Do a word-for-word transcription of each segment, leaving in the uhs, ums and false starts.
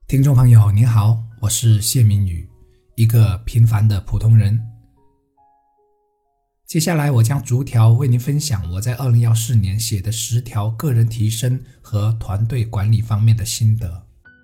听众朋友您好，我是谢明宇，一个平凡的普通人。接下来我将逐条为您分享我在二零一四年写的十条个人提升和团队管理方面的心得。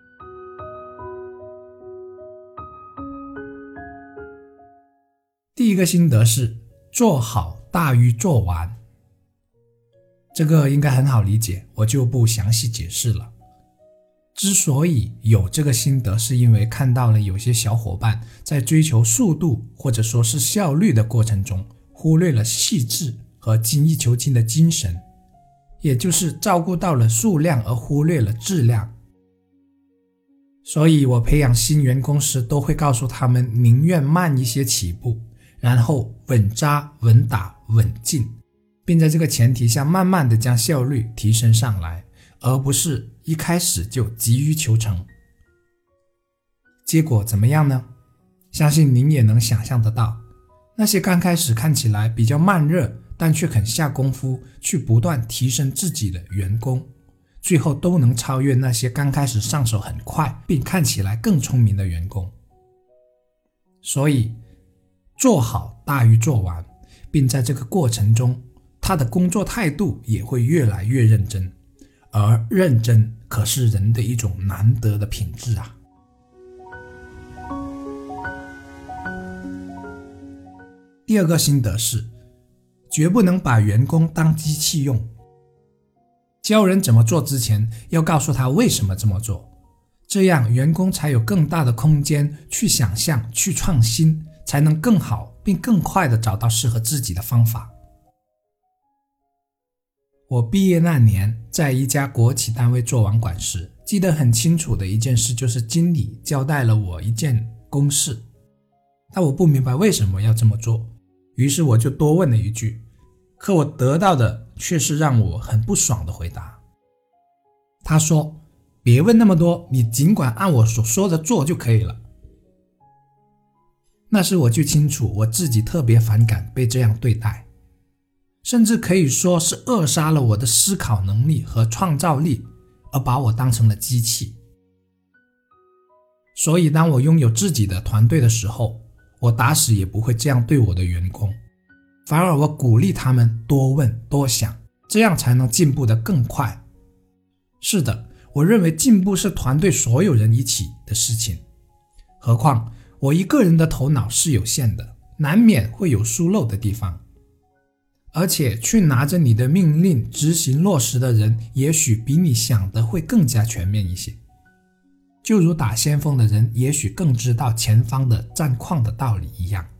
第一个心得是做好大于做完。这个应该很好理解，我就不详细解释了。之所以有这个心得，是因为看到了有些小伙伴在追求速度或者说是效率的过程中，忽略了细致和精益求精的精神，也就是照顾到了数量而忽略了质量。所以我培养新员工时都会告诉他们，宁愿慢一些起步，然后稳扎稳打稳进，并在这个前提下慢慢的将效率提升上来，而不是一开始就急于求成。结果怎么样呢？相信您也能想象得到，那些刚开始看起来比较慢热，但却肯下功夫去不断提升自己的员工，最后都能超越那些刚开始上手很快并看起来更聪明的员工。所以做好大于做完，并在这个过程中他的工作态度也会越来越认真，而认真可是人的一种难得的品质啊。第二个心得是，绝不能把员工当机器用。教人怎么做之前，要告诉他为什么这么做，这样员工才有更大的空间去想象、去创新，才能更好并更快地找到适合自己的方法。我毕业那年在一家国企单位做网管时，记得很清楚的一件事就是经理交代了我一件公事，但我不明白为什么要这么做，于是我就多问了一句，可我得到的却是让我很不爽的回答。他说，别问那么多，你尽管按我所说的做就可以了。那时我就清楚我自己特别反感被这样对待，甚至可以说是扼杀了我的思考能力和创造力，而把我当成了机器。所以当我拥有自己的团队的时候，我打死也不会这样对我的员工，反而我鼓励他们多问多想，这样才能进步得更快。是的，我认为进步是团队所有人一起的事情，何况我一个人的头脑是有限的，难免会有疏漏的地方。而且去拿着你的命令执行落实的人，也许比你想的会更加全面一些。就如打先锋的人也许更知道前方的战况的道理一样。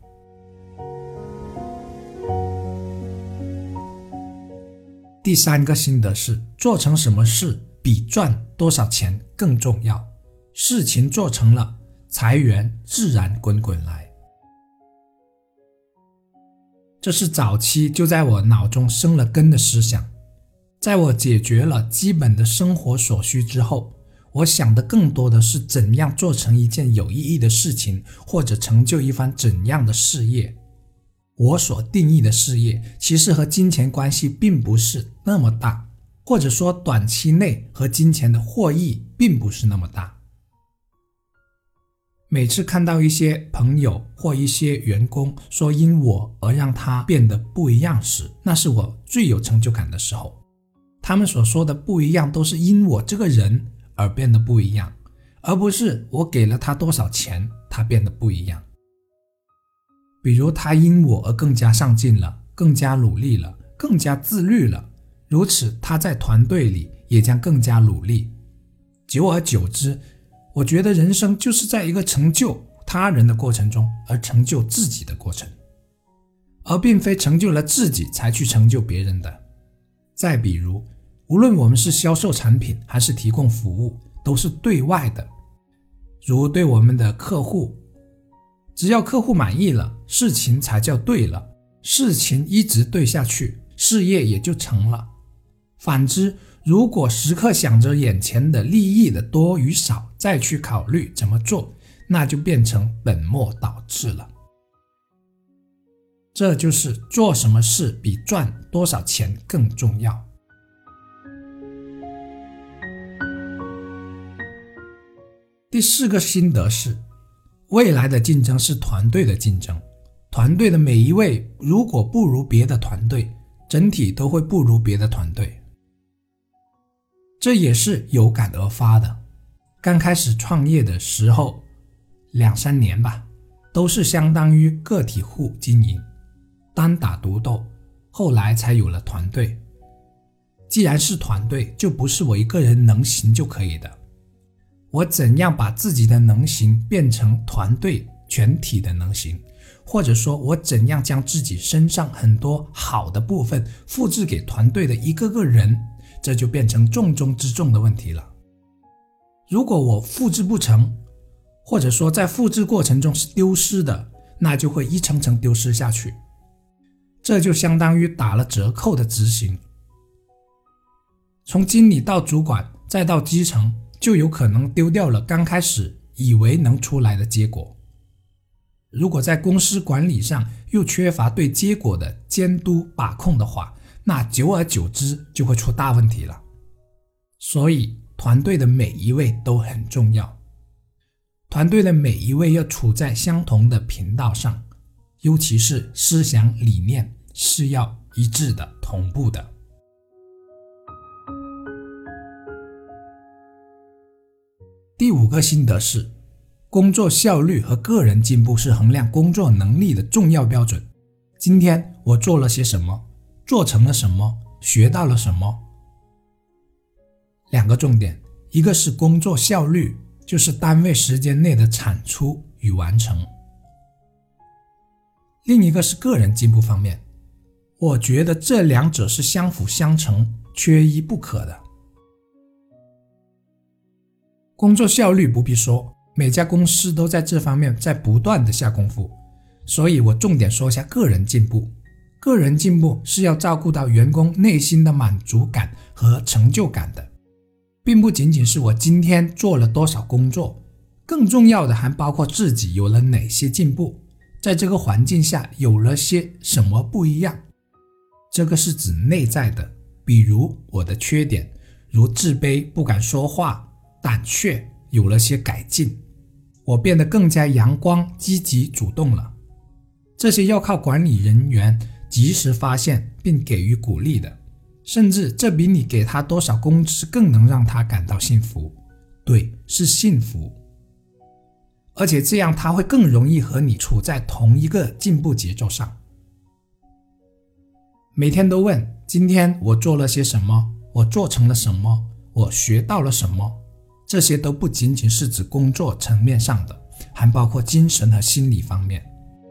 第三个心得是，做成什么事比赚多少钱更重要，事情做成了，财源自然滚滚来。这是早期就在我脑中生了根的思想，在我解决了基本的生活所需之后，我想的更多的是怎样做成一件有意义的事情，或者成就一番怎样的事业。我所定义的事业其实和金钱关系并不是那么大，或者说短期内和金钱的获益并不是那么大。每次看到一些朋友或一些员工说因我而让他变得不一样时，那是我最有成就感的时候。他们所说的不一样都是因我这个人而变得不一样，而不是我给了他多少钱他变得不一样。比如他因我而更加上进了，更加努力了，更加自律了，如此他在团队里也将更加努力。久而久之，我觉得人生就是在一个成就他人的过程中而成就自己的过程，而并非成就了自己才去成就别人的。再比如，无论我们是销售产品还是提供服务，都是对外的，如对我们的客户，只要客户满意了，事情才叫对了，事情一直对下去，事业也就成了。反之，如果时刻想着眼前的利益的多与少，再去考虑怎么做，那就变成本末倒置了。这就是做什么事比赚多少钱更重要。 第四个心得是，未来的竞争是团队的竞争，团队的每一位如果不如别的团队，整体都会不如别的团队。这也是有感而发的。刚开始创业的时候，两三年吧，都是相当于个体户经营，单打独斗，后来才有了团队。既然是团队，就不是我一个人能行就可以的。我怎样把自己的能行变成团队全体的能行，或者说我怎样将自己身上很多好的部分复制给团队的一个个人，这就变成重中之重的问题了。如果我复制不成，或者说在复制过程中是丢失的，那就会一层层丢失下去，这就相当于打了折扣的执行。从经理到主管再到基层，就有可能丢掉了刚开始以为能出来的结果。如果在公司管理上又缺乏对结果的监督把控的话，那久而久之就会出大问题了。所以团队的每一位都很重要，团队的每一位要处在相同的频道上，尤其是思想理念是要一致的、同步的。第五个心得是，工作效率和个人进步是衡量工作能力的重要标准。今天我做了些什么，做成了什么，学到了什么。两个重点，一个是工作效率，就是单位时间内的产出与完成。另一个是个人进步方面，我觉得这两者是相辅相成，缺一不可的。工作效率不必说，每家公司都在这方面在不断的下功夫，所以我重点说一下个人进步。个人进步是要照顾到员工内心的满足感和成就感的，并不仅仅是我今天做了多少工作，更重要的还包括自己有了哪些进步，在这个环境下有了些什么不一样。这个是指内在的，比如我的缺点，如自卑、不敢说话、胆怯，有了些改进，我变得更加阳光、积极、主动了。这些要靠管理人员及时发现并给予鼓励的，甚至这比你给他多少工资更能让他感到幸福。对，是幸福。而且这样他会更容易和你处在同一个进步节奏上。每天都问，今天我做了些什么，我做成了什么，我学到了什么，这些都不仅仅是指工作层面上的，还包括精神和心理方面。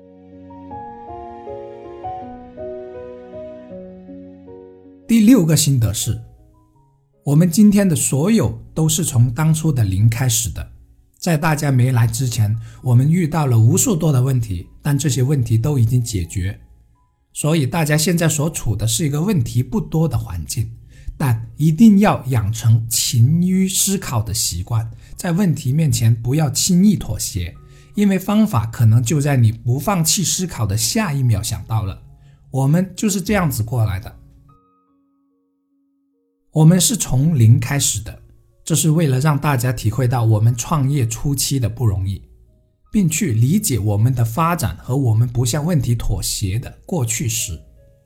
第六个心得是，我们今天的所有都是从当初的零开始的。在大家没来之前，我们遇到了无数多的问题，但这些问题都已经解决。所以大家现在所处的是一个问题不多的环境，但一定要养成勤于思考的习惯，在问题面前不要轻易妥协，因为方法可能就在你不放弃思考的下一秒想到了。我们就是这样子过来的。我们是从零开始的，这是为了让大家体会到我们创业初期的不容易，并去理解我们的发展和我们不向问题妥协的过去时。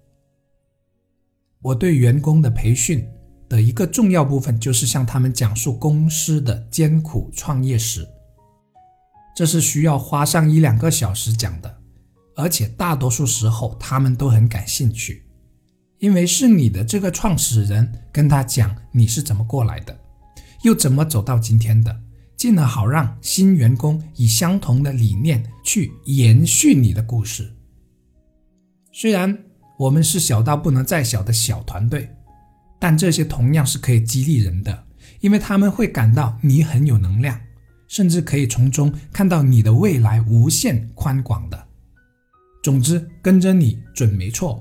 我对员工的培训的一个重要部分就是向他们讲述公司的艰苦创业史，这是需要花上一两个小时讲的，而且大多数时候他们都很感兴趣，因为是你的这个创始人跟他讲你是怎么过来的，又怎么走到今天的，进而好让新员工以相同的理念去延续你的故事。虽然我们是小到不能再小的小团队，但这些同样是可以激励人的，因为他们会感到你很有能量，甚至可以从中看到你的未来无限宽广的。总之，跟着你准没错。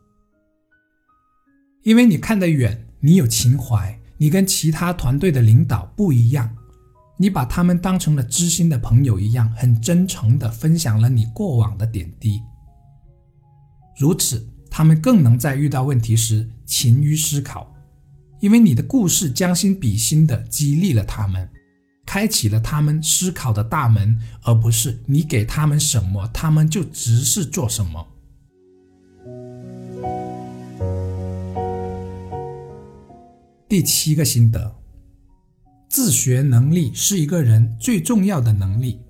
因为你看得远，你有情怀，你跟其他团队的领导不一样，你把他们当成了知心的朋友一样，很真诚地分享了你过往的点滴。如此，他们更能在遇到问题时勤于思考，因为你的故事将心比心地激励了他们， 开启了他们思考的大门，而不是你给他们什么，他们就只是做什么。第七个心得，自学能力是一个人最重要的能力。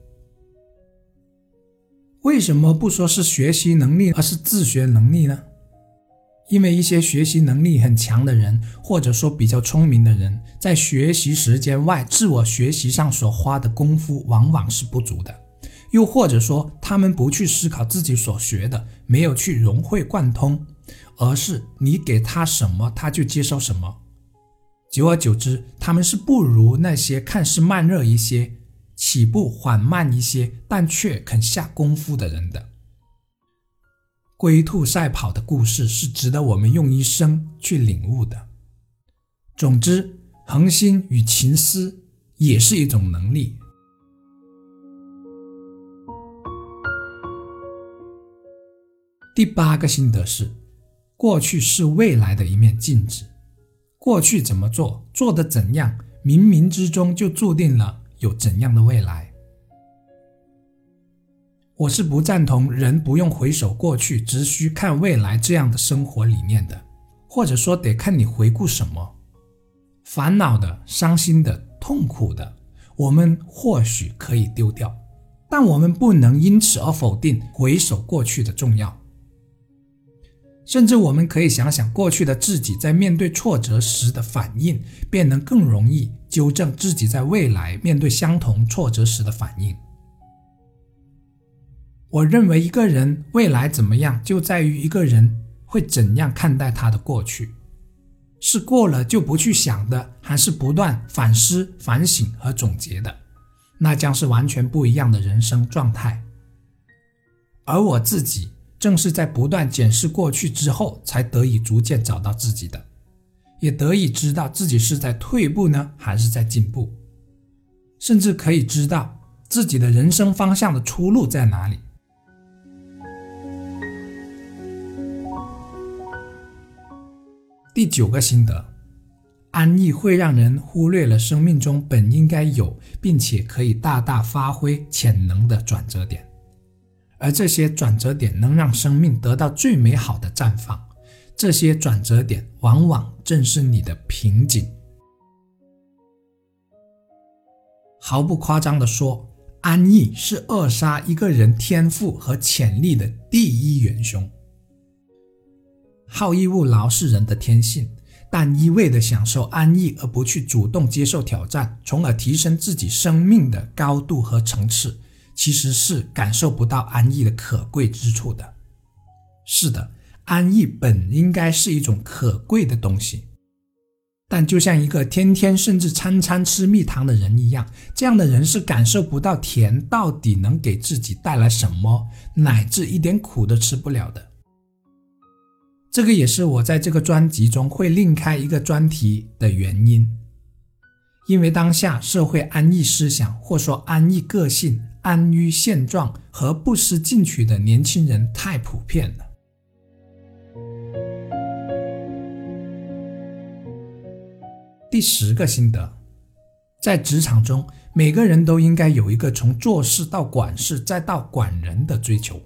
为什么不说是学习能力，而是自学能力呢？因为一些学习能力很强的人，或者说比较聪明的人，在学习时间外自我学习上所花的功夫往往是不足的，又或者说他们不去思考自己所学的，没有去融会贯通，而是你给他什么他就接受什么。久而久之，他们是不如那些看似慢热一些、起步缓慢一些，但却肯下功夫的人的。龟兔赛跑的故事是值得我们用一生去领悟的。总之，恒心与勤思也是一种能力。第八个心得是，过去是未来的一面镜子。过去怎么做，做得怎样，冥冥之中就注定了有怎样的未来。我是不赞同人不用回首过去，只需看未来这样的生活理念的，或者说得看你回顾什么。烦恼的、伤心的、痛苦的，我们或许可以丢掉，但我们不能因此而否定回首过去的重要。甚至我们可以想想过去的自己在面对挫折时的反应，便能更容易纠正自己在未来面对相同挫折时的反应。我认为一个人未来怎么样，就在于一个人会怎样看待他的过去，是过了就不去想的，还是不断反思、反省和总结的，那将是完全不一样的人生状态。而我自己正是在不断检视过去之后，才得以逐渐找到自己的，也得以知道自己是在退步呢，还是在进步，甚至可以知道自己的人生方向的出路在哪里。第九个心得，安逸会让人忽略了生命中本应该有并且可以大大发挥潜能的转折点，而这些转折点能让生命得到最美好的绽放，这些转折点往往正是你的瓶颈。毫不夸张地说，安逸是扼杀一个人天赋和潜力的第一元凶。好逸恶劳是人的天性，但一味地享受安逸而不去主动接受挑战，从而提升自己生命的高度和层次，其实是感受不到安逸的可贵之处的。是的，安逸本应该是一种可贵的东西，但就像一个天天甚至餐餐吃蜜糖的人一样，这样的人是感受不到甜到底能给自己带来什么，乃至一点苦都吃不了的。这个也是我在这个专辑中会另开一个专题的原因，因为当下社会安逸思想，或说安逸个性、安于现状和不思进取的年轻人太普遍了。第十个心得，在职场中，每个人都应该有一个从做事到管事再到管人的追求。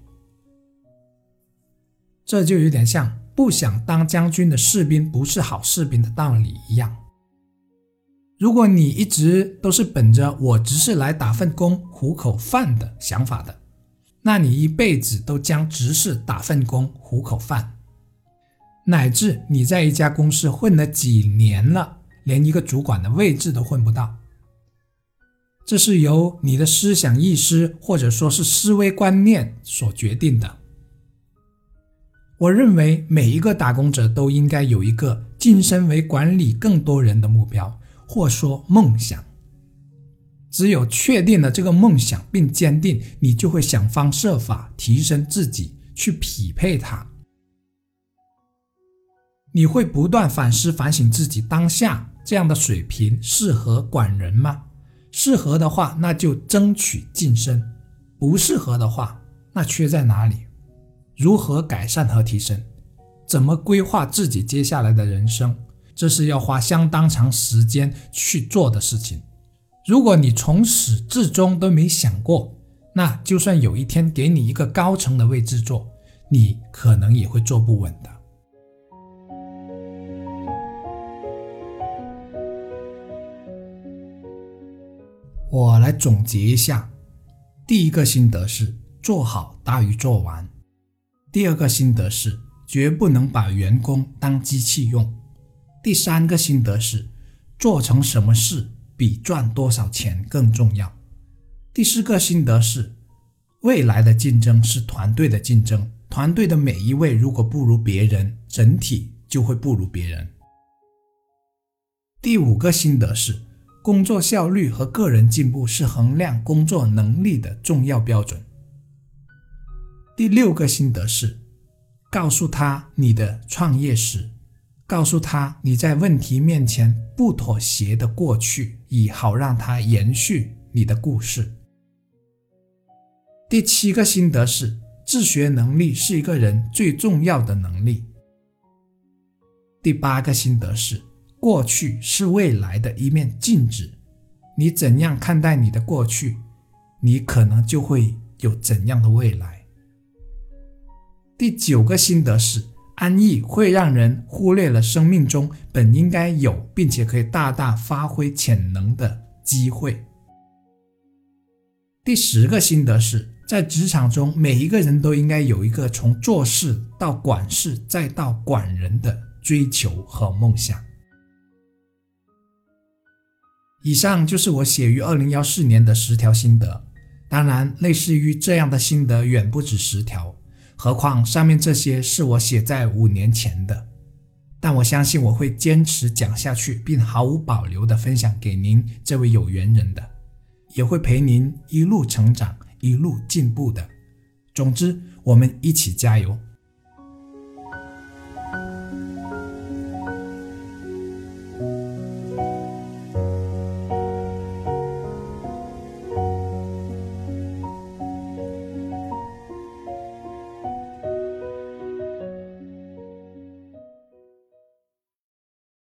这就有点像不想当将军的士兵不是好士兵的道理一样。如果你一直都是本着我只是来打份工糊口饭的想法的，那你一辈子都将只是打份工糊口饭，乃至你在一家公司混了几年了，连一个主管的位置都混不到。这是由你的思想意识或者说是思维观念所决定的。我认为每一个打工者都应该有一个晋升为管理更多人的目标，或说梦想。只有确定了这个梦想并坚定，你就会想方设法提升自己，去匹配它。你会不断反思反省自己当下这样的水平适合管人吗？适合的话，那就争取晋升；不适合的话，那缺在哪里？如何改善和提升？怎么规划自己接下来的人生？这是要花相当长时间去做的事情。 如果你从始至终都没想过，那就算有一天给你一个高层的位置做，你可能也会坐不稳的。我来总结一下，第一个心得是做好大于做完，第二个心得是绝不能把员工当机器用，第三个心得是做成什么事比赚多少钱更重要，第四个心得是未来的竞争是团队的竞争，团队的每一位如果不如别人，整体就会不如别人。第五个心得是工作效率和个人进步是衡量工作能力的重要标准。第六个心得是告诉他你的创业史，告诉他你在问题面前不妥协的过去，以好让他延续你的故事。第七个心得是自学能力是一个人最重要的能力。第八个心得是过去是未来的一面镜子，你怎样看待你的过去，你可能就会有怎样的未来。第九个心得是安逸会让人忽略了生命中本应该有并且可以大大发挥潜能的机会。第十个心得是在职场中每一个人都应该有一个从做事到管事再到管人的追求和梦想。以上就是我写于二零一四年的十条心得，当然类似于这样的心得远不止十条，何况上面这些是我写在五年前的，但我相信我会坚持讲下去，并毫无保留地分享给您这位有缘人的，也会陪您一路成长一路进步的。总之我们一起加油。